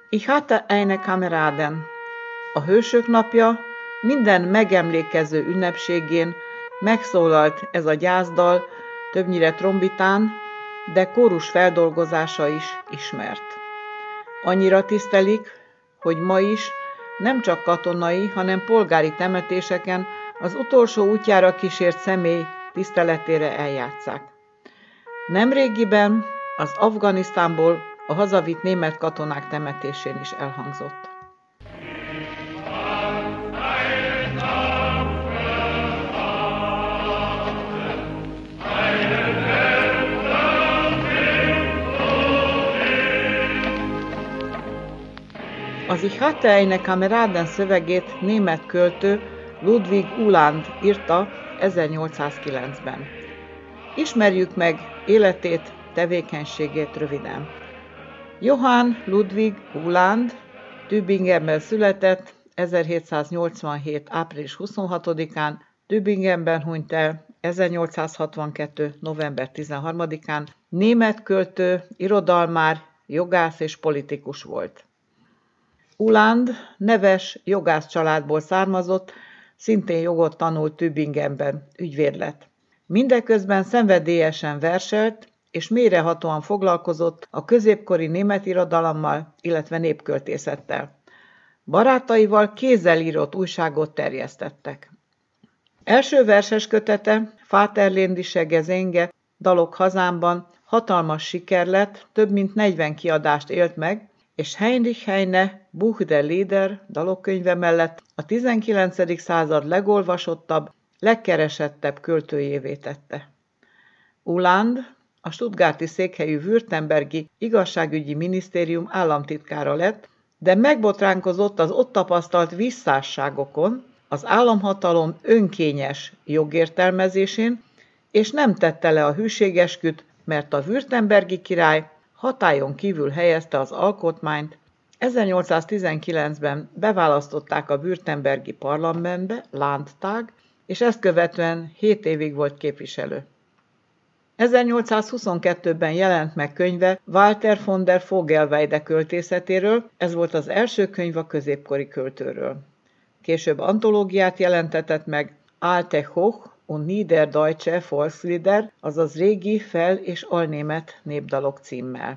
Ich hatte eine Kameraden. A Hősök napja minden megemlékező ünnepségén megszólalt ez a gyászdal, többnyire trombitán, de kórus feldolgozása is ismert. Annyira tisztelik, hogy ma is nem csak katonai, hanem polgári temetéseken az utolsó útjára kísért személy tiszteletére eljátsszák. Nemrégiben az Afganisztánból a hazavitt német katonák temetésén is elhangzott. Az Ich hatte eine Kameraden szövegét német költő Ludwig Uhland írta 1809-ben. Ismerjük meg életét, tevékenységét röviden. Johann Ludwig Uhland Tübingenben született 1787. április 26-án, Tübingenben hunyt el 1862. november 13-án, német költő, irodalmár, jogász és politikus volt. Uhland neves jogász családból származott, szintén jogot tanult Tübingenben, ügyvéd lett. Mindeközben szenvedélyesen verselt, és mélyrehatóan foglalkozott a középkori német irodalommal, illetve népköltészettel. Barátaival kézzel írott újságot terjesztettek. Első verses kötete, Vaterländische Gesänge, Dalok hazámban hatalmas siker lett, több mint 40 kiadást élt meg, és Heinrich Heine Buch der Lieder dalokkönyve mellett a 19. század legolvasottabb, legkeresettebb költőjévé tette. Uhland a stuttgarti székhelyű württembergi igazságügyi minisztérium államtitkára lett, de megbotránkozott az ott tapasztalt visszásságokon, az államhatalom önkényes jogértelmezésén, és nem tette le a hűségesküt, mert a württembergi király hatályon kívül helyezte az alkotmányt. 1819-ben beválasztották a württembergi parlamentbe, Landtag, és ezt követően 7 évig volt képviselő. 1822-ben jelent meg könyve Walter von der Vogelweide költészetéről, ez volt az első könyv a középkori költőről. Később antológiát jelentetett meg Alte Hoch- und Niederdeutsche Volkslieder, azaz régi fel- és alnémet népdalok címmel.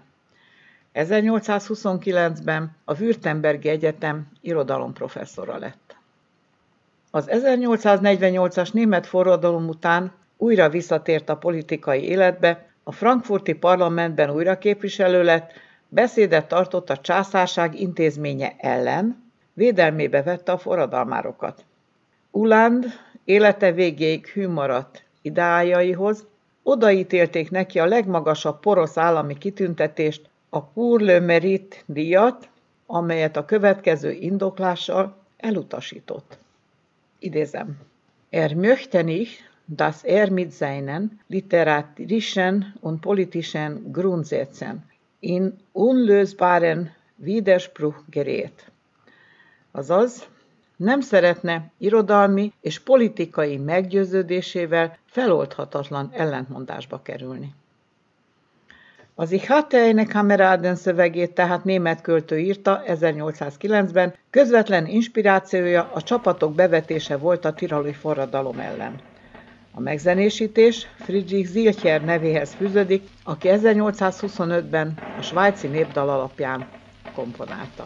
1829-ben a Württembergi Egyetem irodalomprofesszora lett. Az 1848-as német forradalom után újra visszatért a politikai életbe, a frankfurti parlamentben újra képviselő lett, beszédet tartott a császárság intézménye ellen, védelmébe vette a forradalmárokat. Uhland élete végéig hű maradt ideájaihoz, odaítélték neki a legmagasabb porosz állami kitüntetést, a Pour le Mérite díjat, amelyet a következő indoklással elutasított. Idézem. Möchte nicht, dass mit seinen literarischen und politischen Grundsätzen in unlösbaren Widerspruch gerät. Azaz, nem szeretne irodalmi és politikai meggyőződésével feloldhatatlan ellentmondásba kerülni. Az Ich hatte eine Kameraden szövegét tehát német költő írta 1809-ben, közvetlen inspirációja a csapatok bevetése volt a tiroli forradalom ellen. A megzenésítés Friedrich Zilcher nevéhez fűződik, aki 1825-ben a svájci népdal alapján komponálta.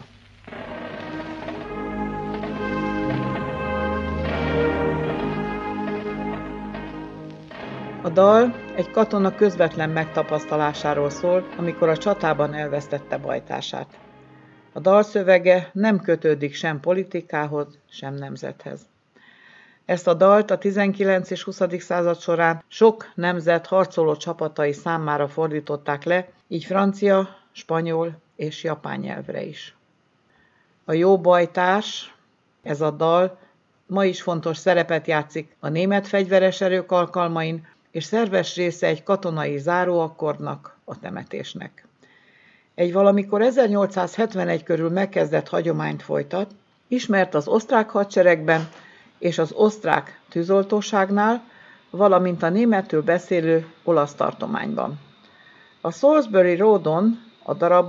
A dal egy katona közvetlen megtapasztalásáról szól, amikor a csatában elvesztette bajtársát. A dal szövege nem kötődik sem politikához, sem nemzethez. Ezt a dalt a 19. és 20. század során sok nemzet harcoló csapatai számára fordították le, így francia, spanyol és japán nyelvre is. A jó bajtárs, ez a dal ma is fontos szerepet játszik a német fegyveres erők alkalmain, és szerves része egy katonai záróakkordnak, a temetésnek. Egy valamikor 1871 körül megkezdett hagyományt folytat, ismert az osztrák hadseregben és az osztrák tűzoltóságnál, valamint a németül beszélő olasz tartományban. A Salisbury Roadon a darabot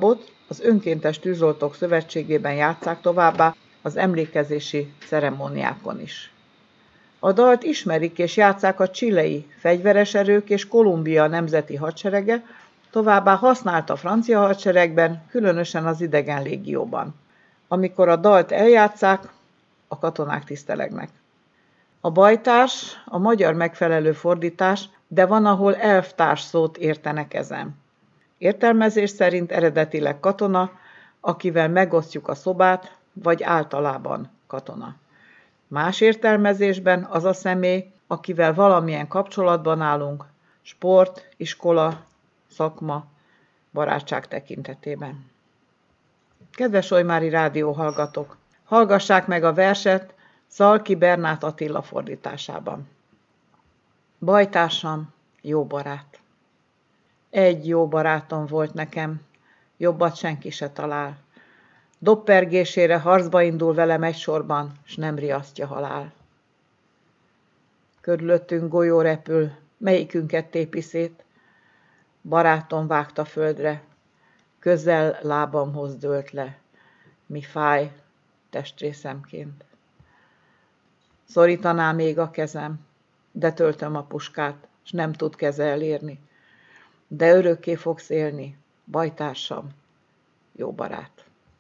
az Önkéntes Tűzoltók Szövetségében játsszák továbbá az emlékezési ceremóniákon is. A dalt ismerik és játsszák a chilei fegyveres erők és Kolumbia nemzeti hadserege, továbbá használt a francia hadseregben, különösen az idegen légióban. Amikor a dalt eljátsszák, a katonák tisztelegnek. A bajtárs a magyar megfelelő fordítás, de van, ahol elvtárs szót értenek ezen. Értelmezés szerint eredetileg katona, akivel megosztjuk a szobát, vagy általában katona. Más értelmezésben az a személy, akivel valamilyen kapcsolatban állunk, sport, iskola, szakma, barátság tekintetében. Kedves Olymári rádió hallgatók! Hallgassák meg a verset Szalki Bernát Attila fordításában. Bajtársam, jó barát. Egy jó barátom volt nekem, jobbat senki se talál. Dobpergésére harcba indul velem egy sorban, s nem riasztja halál. Körülöttünk golyó repül, melyikünket tépi szét. Barátom vágta földre, közel lábamhoz dőlt le, mi fáj testrészemként. Szorítaná még a kezem, de töltöm a puskát, s nem tud keze elérni. De örökké fogsz élni, bajtársam, jó barát.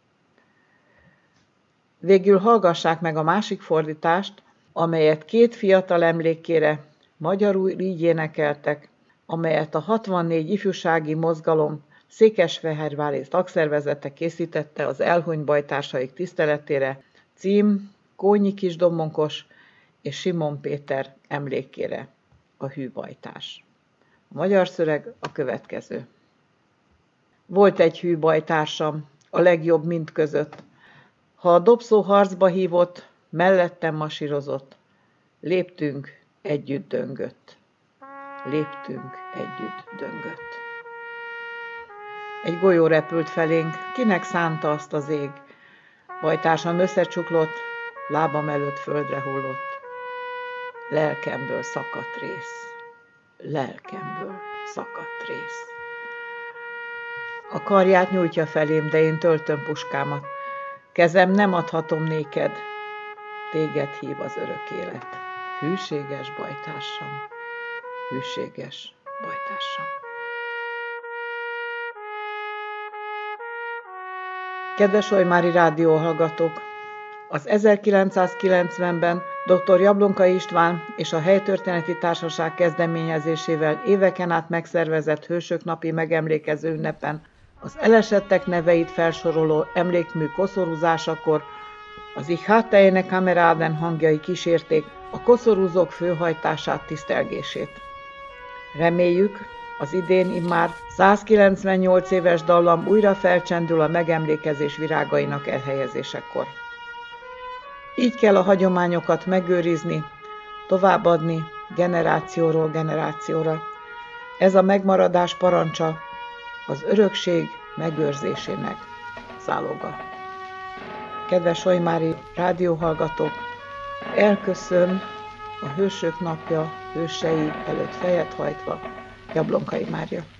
Végül hallgassák meg a másik fordítást, amelyet két fiatal emlékére magyarul így énekeltek, amelyet a 64 ifjúsági mozgalom székesfehérvári tagszervezete készítette az elhunyt bajtársaik tiszteletére, cím Kónyi Kisdomonkos és Simon Péter emlékére, a hű bajtárs. A magyar szöveg a következő. Volt egy hű bajtársam, a legjobb mind között. Ha a dobszó harcba hívott, mellettem masírozott. Léptünk, együtt döngött. Léptünk, együtt döngött. Egy golyó repült felénk, kinek szánta azt az ég. Bajtársam összecsuklott, lábam előtt földre hullott. Lelkemből szakadt rész. Lelkemből szakadt rész. A karját nyújtja felém, de én töltöm puskámat. Kezem nem adhatom néked, téged hív az örök élet. Hűséges bajtársam, hűséges bajtársam. Kedves Olymári rádió hallgatók! Az 1990-ben dr. Jablonka István és a Helytörténeti Társaság kezdeményezésével éveken át megszervezett Hősök napi megemlékező ünnepen az elesettek neveit felsoroló emlékmű koszorúzásakor az Ich hatte eine Kameraden hangjai kísérték a koszorúzók főhajtását, tisztelgését. Reméljük, az idén immár 198 éves dallam újra felcsendül a megemlékezés virágainak elhelyezésekor. Így kell a hagyományokat megőrizni, továbbadni generációról generációra. Ez a megmaradás parancsa, az örökség megőrzésének záloga. Kedves Olymári rádióhallgatók, elköszön a Hősök napja hősei előtt fejet hajtva Jablonkai Mária.